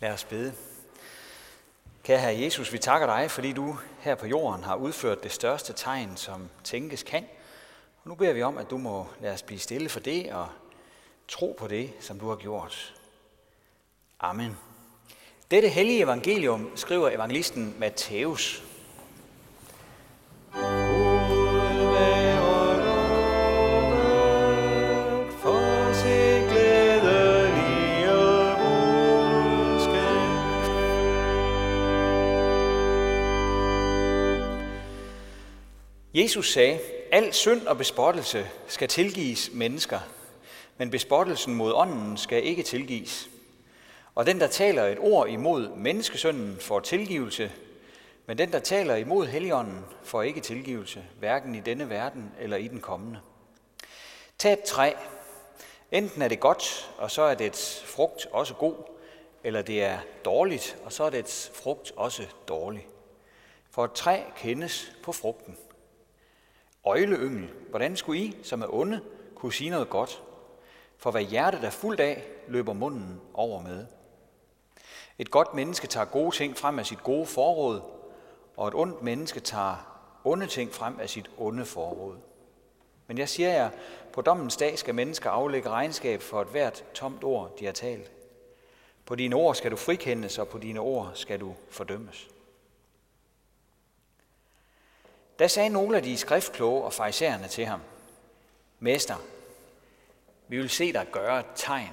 Lad os bede. Kære Herre Jesus, vi takker dig, fordi du her på jorden har udført det største tegn, som tænkes kan. Og nu beder vi om, at du må lade os blive stille for det og tro på det, som du har gjort. Amen. Dette hellige evangelium skriver evangelisten Matthæus. Jesus sagde, al synd og bespottelse skal tilgives mennesker, men bespottelsen mod ånden skal ikke tilgives. Og den, der taler et ord imod menneskesynden, får tilgivelse, men den, der taler imod Helligånden, får ikke tilgivelse, hverken i denne verden eller i den kommende. Tag et træ. Enten er det godt, og så er dets frugt også god, eller det er dårligt, og så er dets frugt også dårlig. For et træ kendes på frugten. Øgleyngel, hvordan skulle I, som er onde, kunne sige noget godt? For hvad hjertet er fuldt af, løber munden over med. Et godt menneske tager gode ting frem af sit gode forråd, og et ondt menneske tager onde ting frem af sit onde forråd. Men jeg siger jer, på dommens dag skal mennesker aflægge regnskab for et hvert tomt ord, de har talt. På dine ord skal du frikendes, og på dine ord skal du fordømmes. Da sagde nogle af de skriftkloge og farisæerne til ham, Mester, vi vil se dig gøre et tegn.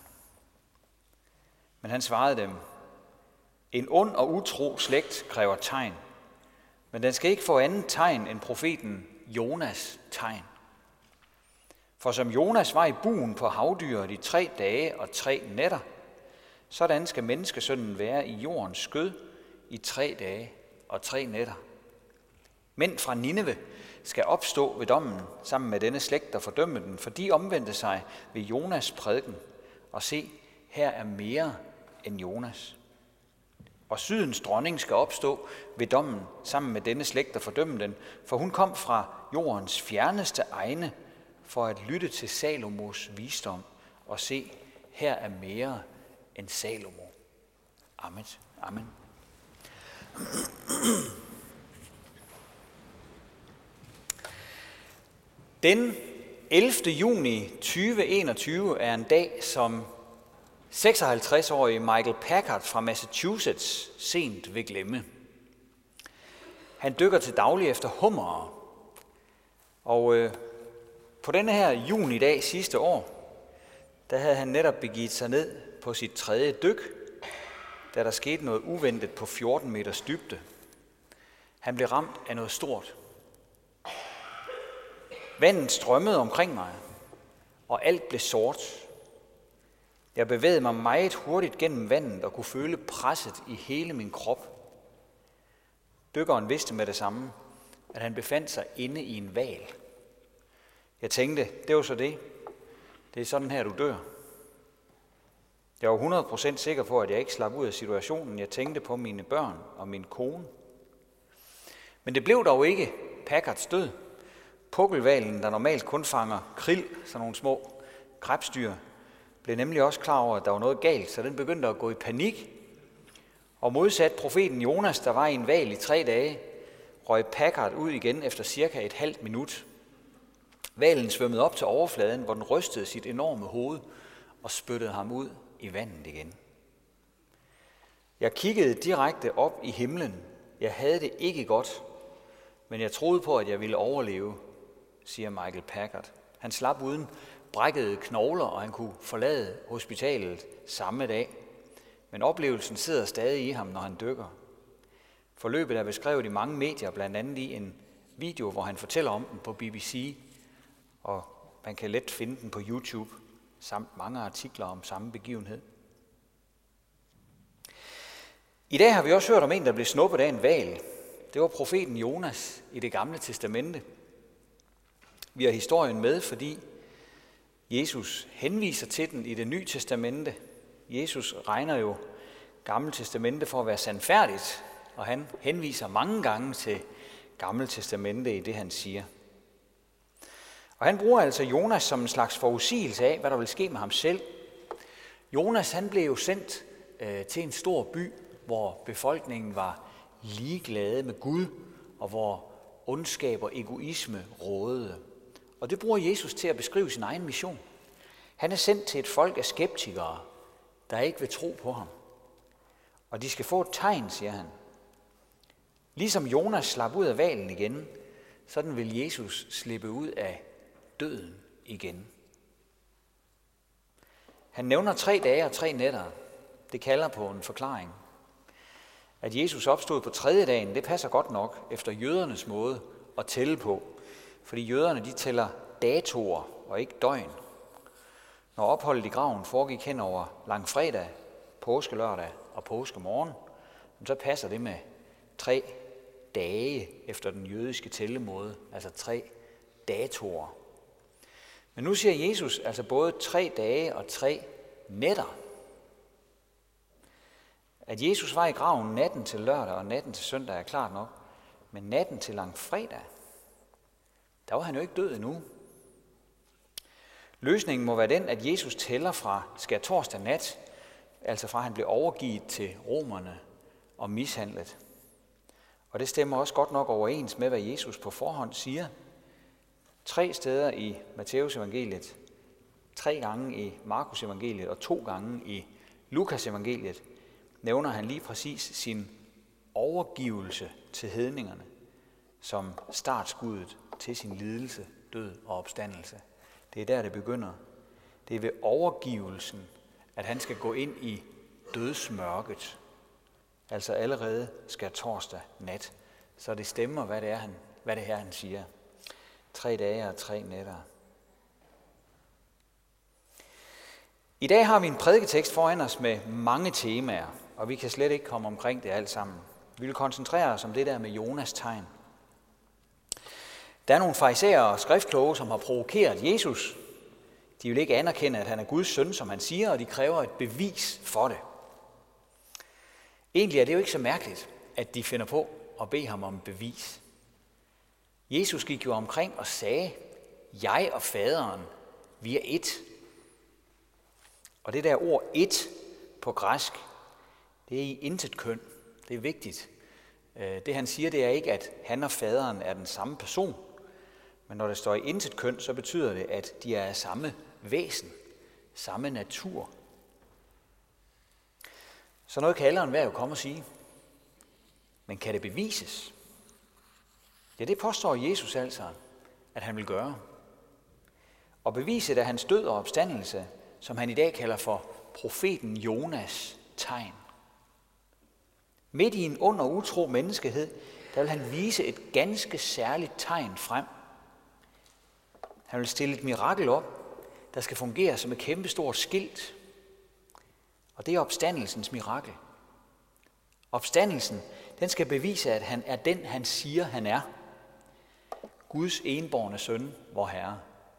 Men han svarede dem, en ond og utro slægt kræver tegn, men den skal ikke få andet tegn end profeten Jonas tegn. For som Jonas var i buen på havdyret i 3 dage og 3 nætter, sådan skal menneskesønnen være i jordens skød i 3 dage og 3 nætter. Mænd fra Nineve skal opstå ved dommen sammen med denne slægt og fordømme den, for de omvendte sig ved Jonas prædiken. Og se, her er mere end Jonas. Og Sydens dronning skal opstå ved dommen sammen med denne slægt og fordømme den, for hun kom fra jordens fjerneste egne for at lytte til Salomos visdom. Og se, her er mere end Salomo. Amen. Amen. Den 11. juni 2021 er en dag, som 56-årige Michael Packard fra Massachusetts sent vil glemme. Han dykker til daglig efter hummere, og på denne her junidag sidste år, der havde han netop begivet sig ned på sit 3. dyk, da der skete noget uventet på 14 meters dybde. Han blev ramt af noget stort. Vandet strømmede omkring mig, og alt blev sort. Jeg bevægede mig meget hurtigt gennem vandet og kunne føle presset i hele min krop. Dykkeren vidste med det samme, at han befandt sig inde i en hval. Jeg tænkte, det var så det. Det er sådan her, du dør. Jeg var 100% sikker på, at jeg ikke slap ud af situationen. Jeg tænkte på mine børn og min kone. Men det blev dog ikke Packards død. Pukkelhvalen, der normalt kun fanger krill, sådan nogle små krebsdyr, blev nemlig også klar over, at der var noget galt, så den begyndte at gå i panik. Og modsat profeten Jonas, der var i en hval i 3 dage, røg Packard ud igen efter cirka et halvt minut. Hvalen svømmede op til overfladen, hvor den rystede sit enorme hoved og spyttede ham ud i vandet igen. Jeg kiggede direkte op i himlen. Jeg havde det ikke godt, men jeg troede på, at jeg ville overleve, siger Michael Packard. Han slap uden brækkede knogler, og han kunne forlade hospitalet samme dag. Men oplevelsen sidder stadig i ham, når han dykker. Forløbet er beskrevet i mange medier, blandt andet i en video, hvor han fortæller om den på BBC, og man kan let finde den på YouTube, samt mange artikler om samme begivenhed. I dag har vi også hørt om en, der blev snuppet af en hval. Det var profeten Jonas i Det Gamle Testamente. Vi har historien med, fordi Jesus henviser til den i Det Nye Testamente. Jesus regner jo Gamle Testamente for at være sandfærdigt, og han henviser mange gange til Gamle Testamente i det, han siger. Og han bruger altså Jonas som en slags forudsigelse af, hvad der vil ske med ham selv. Jonas han blev jo sendt til en stor by, hvor befolkningen var ligeglade med Gud, og hvor ondskab og egoisme rådede. Og det bruger Jesus til at beskrive sin egen mission. Han er sendt til et folk af skeptikere, der ikke vil tro på ham. Og de skal få et tegn, siger han. Ligesom Jonas slap ud af hvalen igen, sådan vil Jesus slippe ud af døden igen. Han nævner 3 dage og 3 nætter. Det kalder på en forklaring. At Jesus opstod på 3. dagen, det passer godt nok efter jødernes måde at tælle på. Fordi jøderne, de tæller datoer og ikke døgn. Når opholdet i graven foregik hen over langfredag, påskelørdag og påskemorgen, så passer det med 3 dage efter den jødiske tællemåde, altså 3 datoer. Men nu siger Jesus altså både 3 dage og 3 nætter. At Jesus var i graven natten til lørdag og natten til søndag er klart nok, men natten til langfredag, der var han jo ikke død endnu. Løsningen må være den, at Jesus tæller fra skærtorsdag nat, altså fra han blev overgivet til romerne og mishandlet. Og det stemmer også godt nok overens med, hvad Jesus på forhånd siger. 3 steder i Matteus evangeliet, 3 gange i Markus evangeliet og 2 gange i Lukas evangeliet, nævner han lige præcis sin overgivelse til hedningerne som startskuddet til sin lidelse, død og opstandelse. Det er der, det begynder. Det er ved overgivelsen, at han skal gå ind i dødsmørket. Altså allerede skærtorsdag nat. Så det stemmer, hvad det er, han siger. 3 dage og 3 nætter. I dag har vi en prædiketekst foran os med mange temaer, og vi kan slet ikke komme omkring det alt sammen. Vi vil koncentrere os om det der med Jonas tegn. Der er nogle farisæere og skriftkloge, som har provokeret Jesus. De vil ikke anerkende, at han er Guds søn, som han siger, og de kræver et bevis for det. Egentlig er det jo ikke så mærkeligt, at de finder på at bede ham om bevis. Jesus gik jo omkring og sagde, jeg og faderen, vi er ét. Og det der ord ét på græsk, det er i intet køn. Det er vigtigt. Det han siger, det er ikke, at han og faderen er den samme person. Men når det står i intet køn, så betyder det, at de er af samme væsen, samme natur. Så noget kan alle og enhver jo komme og sige. Men kan det bevises? Ja, det påstår Jesus altså, at han vil gøre. Og beviset er hans død og opstandelse, som han i dag kalder for profeten Jonas tegn. Midt i en ond og utro menneskehed, der vil han vise et ganske særligt tegn frem. Han vil stille et mirakel op, der skal fungere som et kæmpestort skilt. Og det er opstandelsens mirakel. Opstandelsen, den skal bevise, at han er den, han siger, han er. Guds enbårne søn, vor Herre.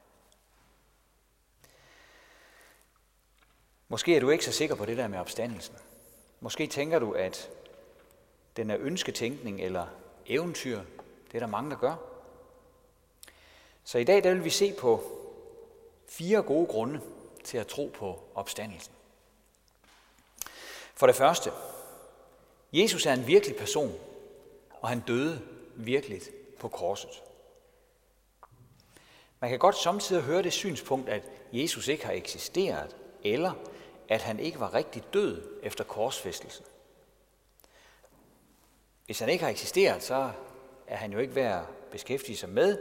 Måske er du ikke så sikker på det der med opstandelsen. Måske tænker du, at den er ønsketænkning eller eventyr. Det er der mange, der gør. Så i dag der vil vi se på 4 gode grunde til at tro på opstandelsen. For det første, Jesus er en virkelig person, og han døde virkeligt på korset. Man kan godt samtidig høre det synspunkt, at Jesus ikke har eksisteret, eller at han ikke var rigtig død efter korsfæstelsen. Hvis han ikke har eksisteret, så er han jo ikke værd at beskæftige sig med.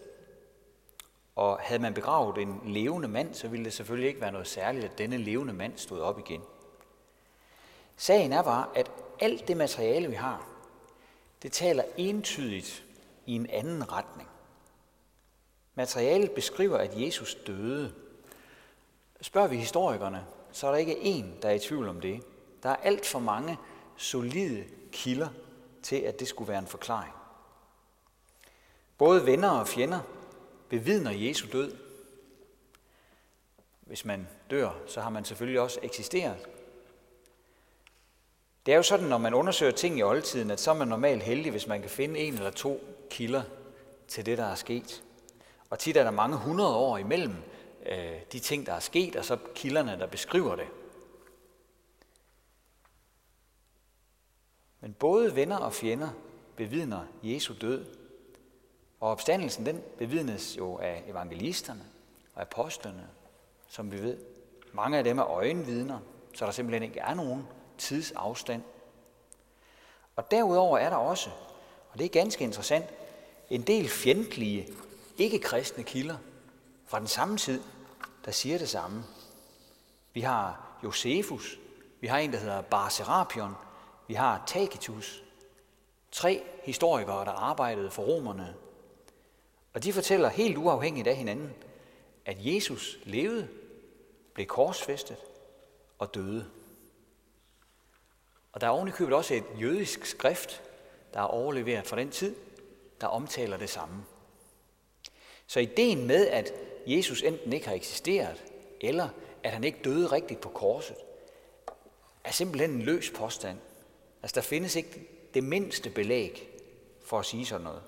Og havde man begravet en levende mand, så ville det selvfølgelig ikke være noget særligt, at denne levende mand stod op igen. Sagen er bare, at alt det materiale, vi har, det taler entydigt i en anden retning. Materialet beskriver, at Jesus døde. Spørger vi historikerne, så er der ikke én, der er i tvivl om det. Der er alt for mange solide kilder til, at det skulle være en forklaring. Både venner og fjender bevidner Jesu død. Hvis man dør, så har man selvfølgelig også eksisteret. Det er jo sådan, når man undersøger ting i oldtiden, at så er man normalt heldig, hvis man kan finde 1 eller 2 kilder til det, der er sket. Og tit er der mange 100 år imellem de ting, der er sket, og så kilderne, der beskriver det. Men både venner og fjender bevidner Jesu død. Og opstandelsen, den bevidnes jo af evangelisterne og apostlene, som vi ved. Mange af dem er øjenvidner, så der simpelthen ikke er nogen tidsafstand. Og derudover er der også, og det er ganske interessant, en del fjendtlige, ikke-kristne kilder fra den samme tid, der siger det samme. Vi har Josefus, vi har en, der hedder Bar Serapion, vi har Tacitus. 3 historikere, der arbejdede for romerne. Og de fortæller helt uafhængigt af hinanden, at Jesus levede, blev korsfæstet og døde. Og der er ovenikøbet også et jødisk skrift, der er overleveret fra den tid, der omtaler det samme. Så ideen med, at Jesus enten ikke har eksisteret, eller at han ikke døde rigtigt på korset, er simpelthen en løs påstand. Altså der findes ikke det mindste belæg for at sige sådan noget.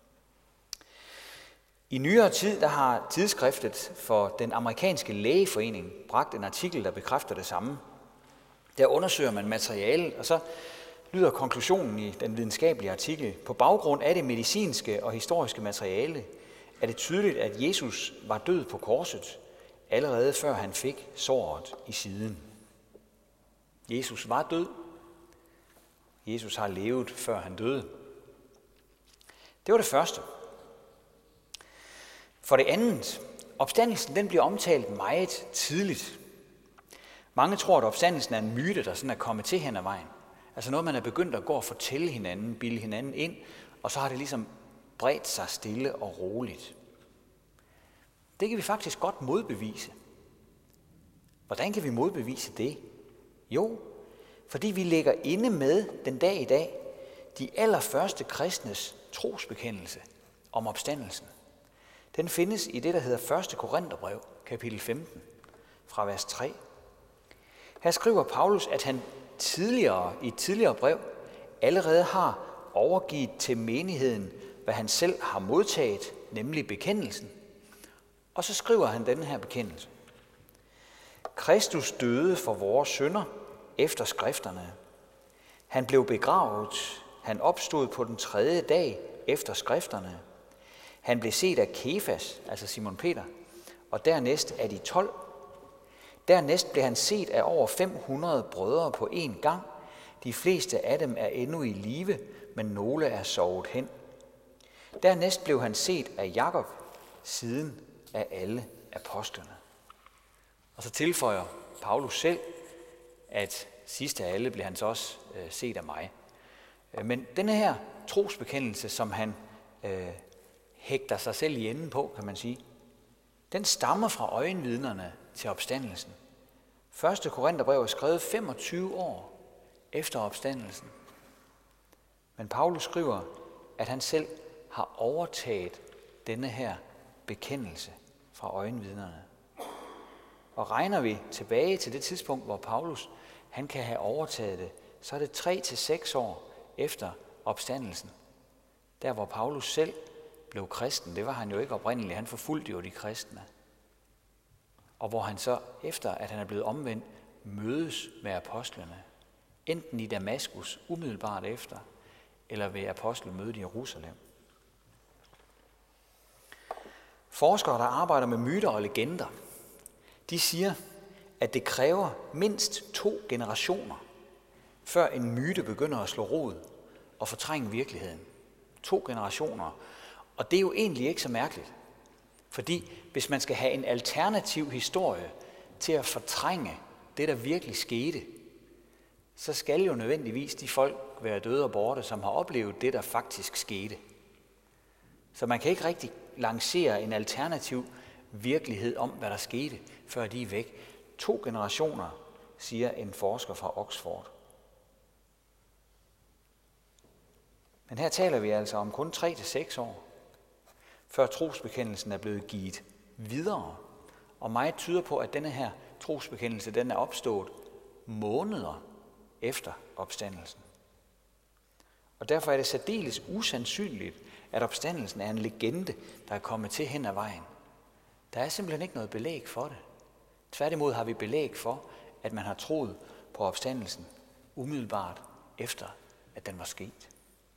I nyere tid, der har tidsskriftet for den amerikanske lægeforening bragt en artikel, der bekræfter det samme. Der undersøger man materialet, og så lyder konklusionen i den videnskabelige artikel: på baggrund af det medicinske og historiske materiale er det tydeligt, at Jesus var død på korset, allerede før han fik såret i siden. Jesus var død. Jesus har levet, før han døde. Det var det første. For det andet, opstandelsen den bliver omtalt meget tidligt. Mange tror, at opstandelsen er en myte, der sådan er kommet til hen ad vejen. Altså noget, man er begyndt at gå og fortælle hinanden, bilde hinanden ind, og så har det ligesom bredt sig stille og roligt. Det kan vi faktisk godt modbevise. Hvordan kan vi modbevise det? Jo, fordi vi ligger inde med den dag i dag de allerførste kristnes trosbekendelse om opstandelsen. Den findes i det, der hedder 1. Korintherbrev, kapitel 15, fra vers 3. Her skriver Paulus, at han i et tidligere brev allerede har overgivet til menigheden, hvad han selv har modtaget, nemlig bekendelsen. Og så skriver han denne her bekendelse. Kristus døde for vores synder efter skrifterne. Han blev begravet. Han opstod på den 3. dag efter skrifterne. Han blev set af Kefas, altså Simon Peter, og dernæst af de 12. Dernæst blev han set af over 500 brødre på én gang. De fleste af dem er endnu i live, men nogle er sovet hen. Dernæst blev han set af Jakob, siden af alle apostlene. Og så tilføjer Paulus selv, at sidst af alle blev han så også set af mig. Men denne her trosbekendelse, som han hægter sig selv i enden på, kan man sige, den stammer fra øjenvidnerne til opstandelsen. 1. Korintherbrev er skrevet 25 år efter opstandelsen. Men Paulus skriver, at han selv har overtaget denne her bekendelse fra øjenvidnerne. Og regner vi tilbage til det tidspunkt, hvor Paulus han kan have overtaget det, så er det 3-6 år efter opstandelsen. Der hvor Paulus selv blev kristen, det var han jo ikke oprindeligt, han forfulgte jo de kristne. Og hvor han så, efter at han er blevet omvendt, mødes med apostlene. Enten i Damaskus umiddelbart efter, eller ved apostelmødet i Jerusalem. Forskere, der arbejder med myter og legender, de siger, at det kræver mindst 2 generationer, før en myte begynder at slå rod og fortrænge virkeligheden. 2 generationer. Og det er jo egentlig ikke så mærkeligt. Fordi hvis man skal have en alternativ historie til at fortrænge det, der virkelig skete, så skal jo nødvendigvis de folk være døde og borte, som har oplevet det, der faktisk skete. Så man kan ikke rigtig lancere en alternativ virkelighed om, hvad der skete, før de er væk. 2 generationer, siger en forsker fra Oxford. Men her taler vi altså om kun 3-6 år, før trosbekendelsen er blevet givet videre. Og meget tyder på, at denne her trosbekendelse, den er opstået måneder efter opstandelsen. Og derfor er det særdeles usandsynligt, at opstandelsen er en legende, der er kommet til hen ad vejen. Der er simpelthen ikke noget belæg for det. Tværtimod har vi belæg for, at man har troet på opstandelsen umiddelbart efter at den var sket.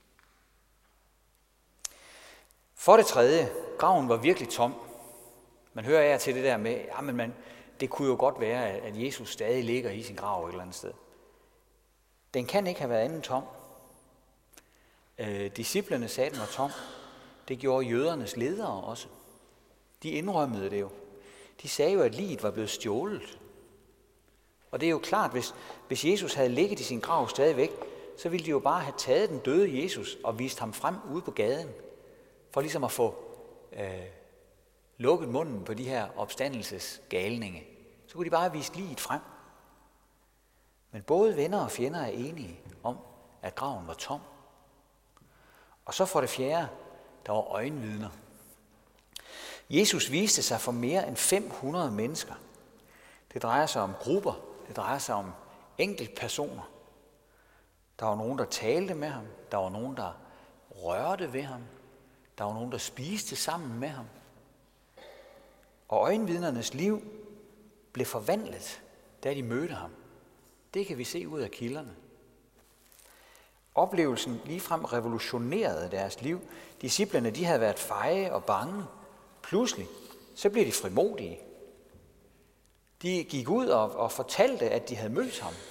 For det tredje, graven var virkelig tom. Man hører af til det der med, det kunne jo godt være, at Jesus stadig ligger i sin grav et eller andet sted. Den kan ikke have været anden tom. Disciplerne sagde, den var tom. Det gjorde jødernes ledere også. De indrømmede det jo. De sagde jo, at liget var blevet stjålet. Og det er jo klart, hvis Jesus havde ligget i sin grav stadigvæk, så ville de jo bare have taget den døde Jesus og vist ham frem ude på gaden, for ligesom at få lukket munden på de her opstandelsesgalninge. Så kunne de bare have vist liget frem. Men både venner og fjender er enige om, at graven var tom. Og så for det fjerde, der var øjenvidner. Jesus viste sig for mere end 500 mennesker. Det drejer sig om grupper, det drejer sig om enkeltpersoner. Der var nogen, der talte med ham, der var nogen, der rørte ved ham, der var nogen, der spiste sammen med ham. Og øjenvidnernes liv blev forvandlet, da de mødte ham. Det kan vi se ud af kilderne. Oplevelsen ligefrem revolutionerede deres liv. Disciplerne, de havde været feje og bange. Pludselig, så blev de frimodige. De gik ud og fortalte, at de havde mødt ham.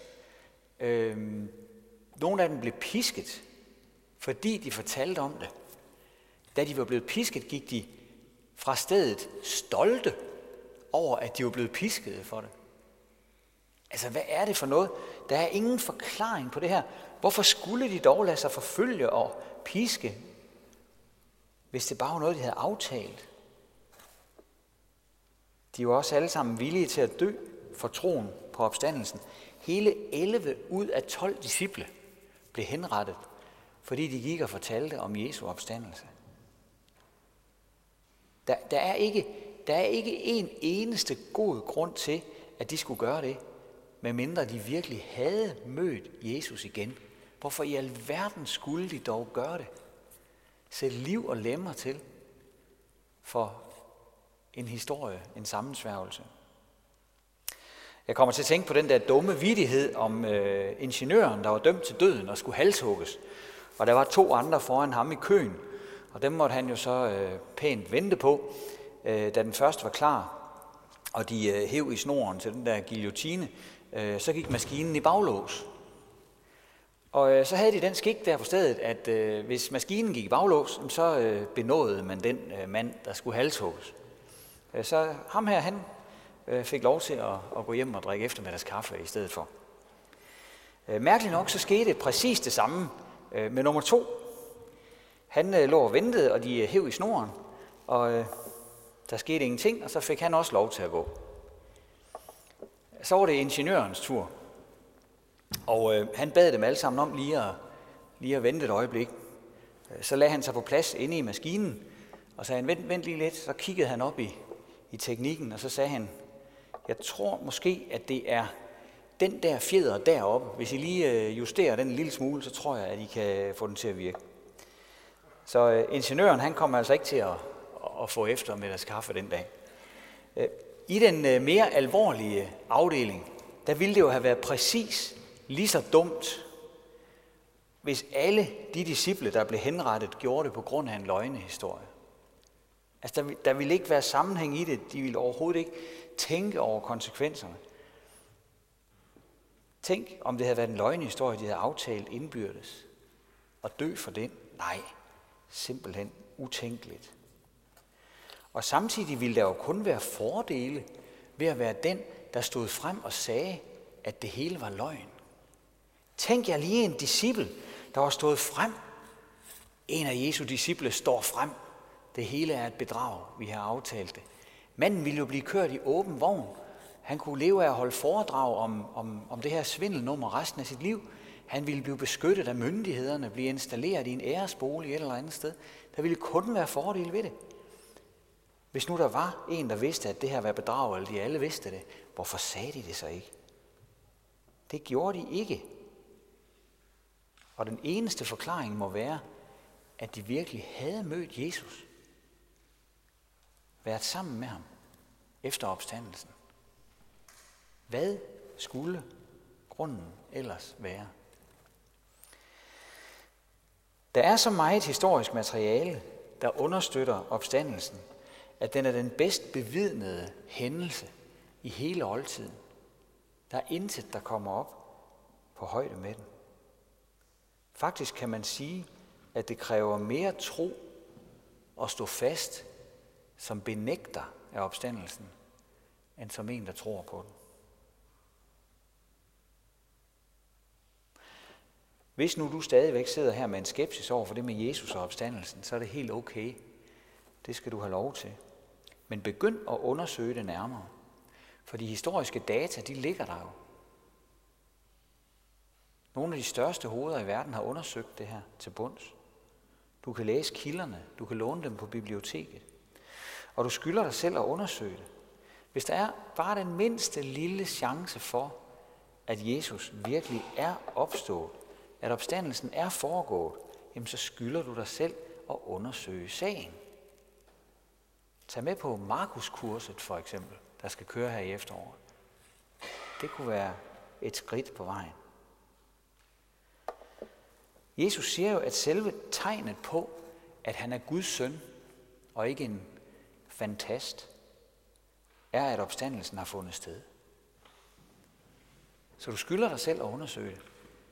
Nogle af dem blev pisket, fordi de fortalte om det. Da de var blevet pisket, gik de fra stedet stolte over, at de var blevet piskede for det. Altså, hvad er det for noget? Der er ingen forklaring på det her. Hvorfor skulle de dog lade sig forfølge og piske, hvis det bare var noget, de havde aftalt? De var også alle sammen villige til at dø for troen på opstandelsen. Hele 11 ud af 12 disciple blev henrettet, fordi de gik og fortalte om Jesu opstandelse. Der er ikke en eneste god grund til, at de skulle gøre det, medmindre de virkelig havde mødt Jesus igen. Hvorfor i alverden skulle de dog gøre det? Sætte liv og lemmer til for en historie, en sammensværgelse. Jeg kommer til at tænke på den der dumme vittighed om ingeniøren, der var dømt til døden og skulle halshugges. Og der var 2 andre foran ham i køen, og dem måtte han jo så pænt vente på, da den første var klar. Og de hev i snoren til den der guillotine, så gik maskinen i baglås. Og så havde de den skik der på stedet, at hvis maskinen gik i baglås, så benådede man den mand, der skulle halshugges. Så ham her, han fik lov til at gå hjem og drikke eftermiddagskaffe i stedet for. Mærkeligt nok, så skete præcis det samme med nummer 2. Han lå og ventede, og de hev i snoren, og der skete ingenting, og så fik han også lov til at gå. Så var det ingeniørens tur, og han bad dem alle sammen om lige at vente et øjeblik. Så lagde han sig på plads inde i maskinen, og sagde han, vent lige lidt. Så kiggede han op i teknikken, og så sagde han, jeg tror måske, at det er den der fjeder deroppe. Hvis I lige justerer den en lille smule, så tror jeg, at I kan få den til at virke. Så ingeniøren, han kom altså ikke til at få eftermiddagskaffe den dag. I den mere alvorlige afdeling, der ville det jo have været præcis lige så dumt, hvis alle de disciple, der blev henrettet, gjorde det på grund af en løgnehistorie. Altså, der ville ikke være sammenhæng i det. De ville overhovedet ikke tænke over konsekvenserne. Tænk, om det havde været en løgnehistorie, de havde aftalt indbyrdes. Og dø for den? Nej, simpelthen utænkeligt. Og samtidig ville der jo kun være fordele ved at være den, der stod frem og sagde, at det hele var løgn. Tænk jer lige en disciple, der var stået frem. En af Jesu disciple står frem. Det hele er et bedrag, vi har aftalt det. Manden ville jo blive kørt i åben vogn. Han kunne leve af at holde foredrag om det her svindelnummer resten af sit liv. Han ville blive beskyttet af myndighederne, blive installeret i en æresbolig et eller andet sted. Der ville kun være fordele ved det. Hvis nu der var en, der vidste, at det her var bedrag, eller de alle vidste det, hvorfor sagde de det så ikke? Det gjorde de ikke. Og den eneste forklaring må være, at de virkelig havde mødt Jesus. Været sammen med ham efter opstandelsen. Hvad skulle grunden ellers være? Der er så meget historisk materiale, der understøtter opstandelsen, at den er den bedst bevidnede hændelse i hele oldtiden. Der er intet, der kommer op på højde med den. Faktisk kan man sige, at det kræver mere tro at stå fast som benægter af opstandelsen, end som en, der tror på den. Hvis nu du stadigvæk sidder her med en skepsis over for det med Jesus og opstandelsen, så er det helt okay. Det skal du have lov til. Men begynd at undersøge det nærmere. For de historiske data, de ligger der jo. Nogle af de største hoveder i verden har undersøgt det her til bunds. Du kan læse kilderne, du kan låne dem på biblioteket. Og du skylder dig selv at undersøge det. Hvis der er bare den mindste lille chance for, at Jesus virkelig er opstået, at opstandelsen er foregået, jamen så skylder du dig selv at undersøge sagen. Tag med på Markuskurset for eksempel, der skal køre her i efteråret. Det kunne være et skridt på vejen. Jesus siger jo, at selve tegnet på, at han er Guds søn og ikke en fantast, er, at opstandelsen har fundet sted. Så du skylder dig selv at undersøge det.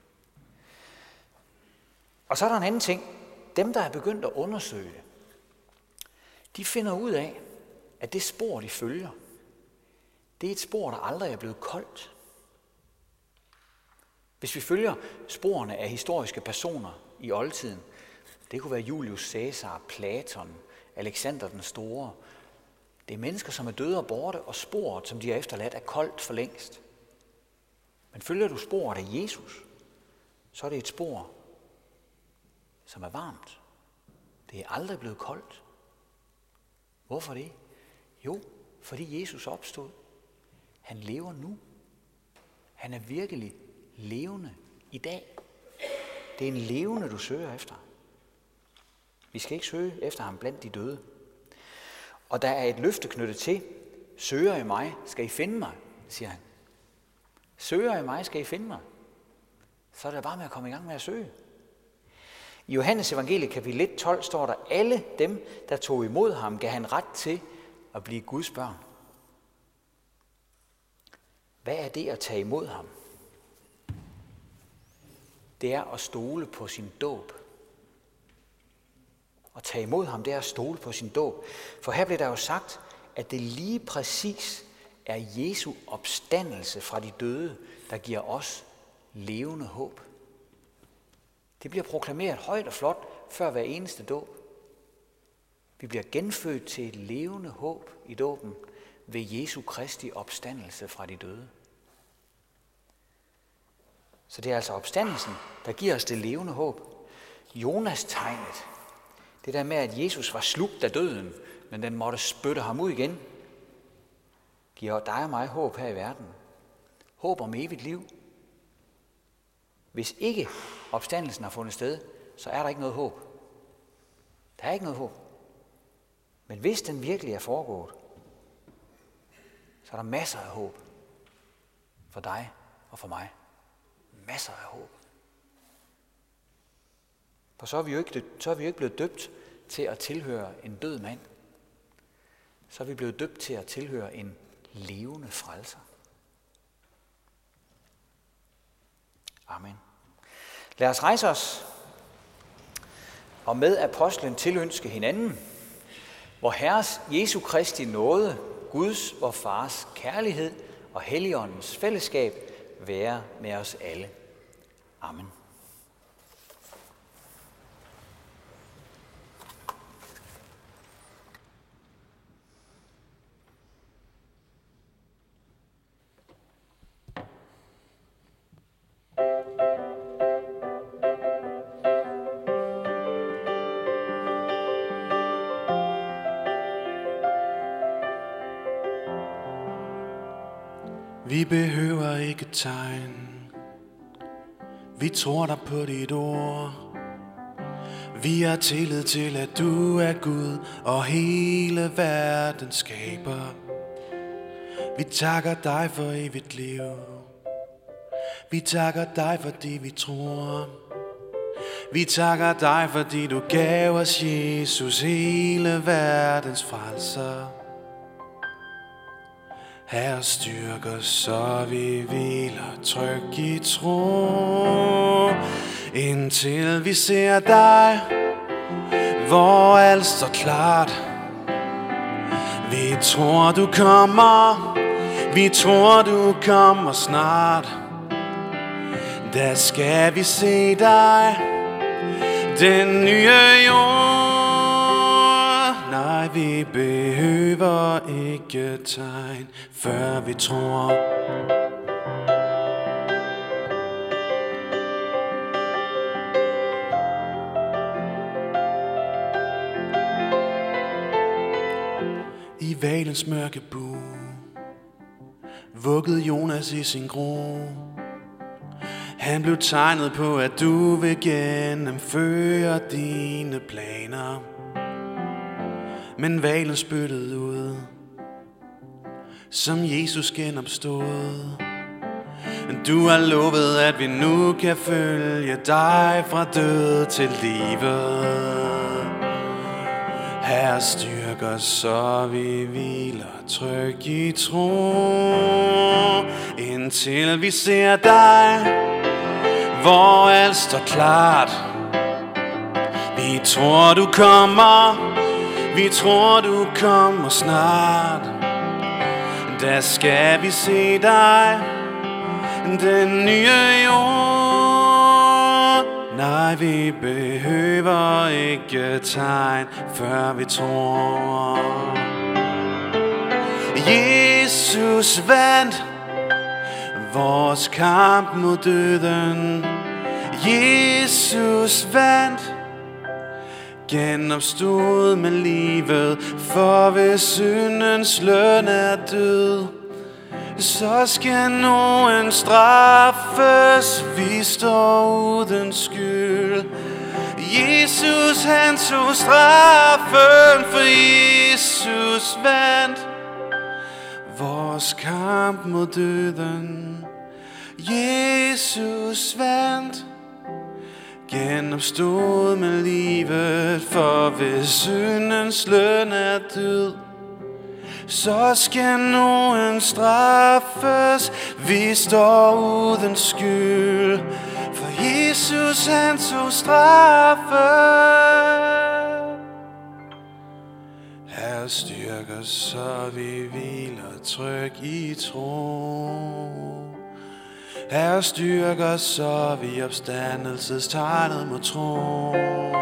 Og så er der en anden ting. Dem, der er begyndt at undersøge det, de finder ud af, at det spor, de følger, det er et spor, der aldrig er blevet koldt. Hvis vi følger sporene af historiske personer i oldtiden, det kunne være Julius Caesar, Platon, Alexander den Store. Det er mennesker, som er døde og borte, og sporet, som de har efterladt, er koldt for længst. Men følger du sporet af Jesus, så er det et spor, som er varmt. Det er aldrig blevet koldt. Hvorfor det? Jo, fordi Jesus opstod. Han lever nu. Han er virkelig levende i dag. Det er en levende, du søger efter. Vi skal ikke søge efter ham blandt de døde. Og der er et løfte knyttet til. Søger I mig, skal I finde mig, siger han. Søger I mig, skal I finde mig. Så er det bare med at komme i gang med at søge. I Johannes evangeliet kapitel 1, 12 står der, alle dem, der tog imod ham, gav han ret til at blive Guds børn. Hvad er det at tage imod ham? Det er at stole på sin dåb. At tage imod ham, det er at stole på sin dåb. For her blev der jo sagt, at det lige præcis er Jesu opstandelse fra de døde, der giver os levende håb. Det bliver proklameret højt og flot før hver eneste dåb. Vi bliver genfødt til et levende håb i dåben ved Jesu Kristi opstandelse fra de døde. Så det er altså opstandelsen, der giver os det levende håb. Jonas-tegnet, det der med, at Jesus var slugt af døden, men den måtte spytte ham ud igen, giver dig og mig håb her i verden. Håb om evigt liv. Hvis ikke opstandelsen har fundet sted, så er der ikke noget håb. Der er ikke noget håb. Men hvis den virkelig er foregået, så er der masser af håb for dig og for mig. Masser af håb. For så er vi jo ikke blevet døbt til at tilhøre en død mand. Så er vi blevet døbt til at tilhøre en levende frelser. Amen. Lad os rejse os og med apostlen tilønske hinanden, hvor Herres Jesu Kristi nåde, Guds vor Fars kærlighed og Helligåndens fællesskab være med os alle. Amen. Vi behøver ikke tegn. Vi tror dig på dit ord. Vi har tillid til, at du er Gud og hele verden skaber. Vi takker dig for evigt liv. Vi takker dig, fordi vi tror. Vi takker dig, fordi du gav os Jesus, hele verdens frelser. Herre, styrk os, så vi hviler tryg i tro, indtil vi ser dig, hvor alt står klart. Vi tror, du kommer, vi tror, du kommer snart. Der skal vi se dig, den nye jord. Nej, vi behøver ikke tegn, før vi tror. I valens mørke bu vuggede Jonas i sin gro. Han blev tegnet på, at du vil gennemføre dine planer. Men hvalen spyttede ud, som Jesus genopstod. Du har lovet, at vi nu kan følge dig fra død til livet. Herre, styrk os, så vi hviler tryg i tro, indtil vi ser dig, hvor alt står klart. Vi tror, du kommer, vi tror, du kommer snart. Der skal vi se dig, den nye jord. Nej, vi behøver ikke tegn, før vi tror. Jesus vandt vores kamp mod døden. Jesus vandt, genopstod med livet, for hvis syndens løn er død, så skal nogen straffes, vi står uden skyld. Jesus, han tog straffen, for Jesus vandt vores kamp mod døden. Jesus vandt, genopstod med livet, for hvis syndens løn er død, så skal nogen straffes, vi står uden skyld. For Jesus, han tog straffen. Herre, styrk os, så vi hviler tryg i tro. Herre, styrk os, så vi opstandelsestegnet må tro,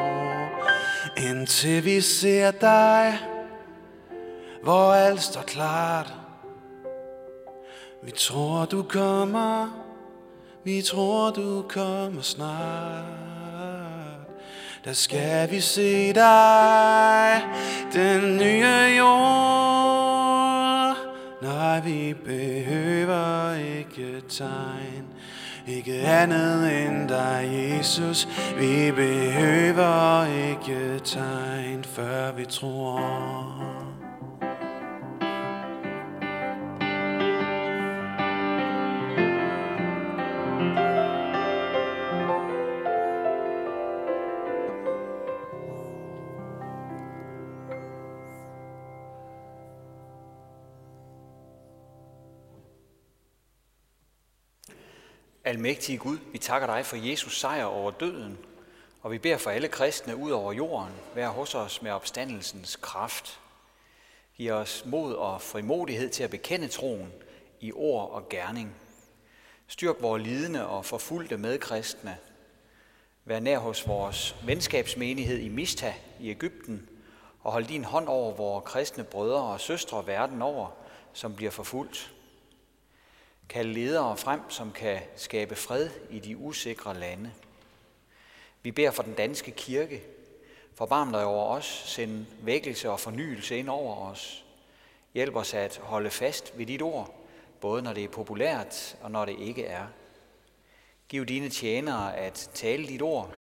indtil vi ser dig, hvor alt står klart. Vi tror, du kommer, vi tror, du kommer snart. Der skal vi se dig, den nye jord. Nej, vi behøver ikke tegn, ikke andet end dig, Jesus. Vi behøver ikke tegn, før vi tror. Almægtige Gud, vi takker dig for Jesus sejr over døden, og vi beder for alle kristne ud over jorden, vær hos os med opstandelsens kraft. Giv os mod og frimodighed til at bekende troen i ord og gerning. Styrk vores lidende og forfulgte medkristne. Vær nær hos vores venskabsmenighed i Mista i Egypten, og hold din hånd over vores kristne brødre og søstre verden over, som bliver forfulgt. Kald ledere frem, som kan skabe fred i de usikre lande. Vi beder for den danske kirke. Forbarm dig over os, send vækkelse og fornyelse ind over os. Hjælp os at holde fast ved dit ord, både når det er populært og når det ikke er. Giv dine tjenere at tale dit ord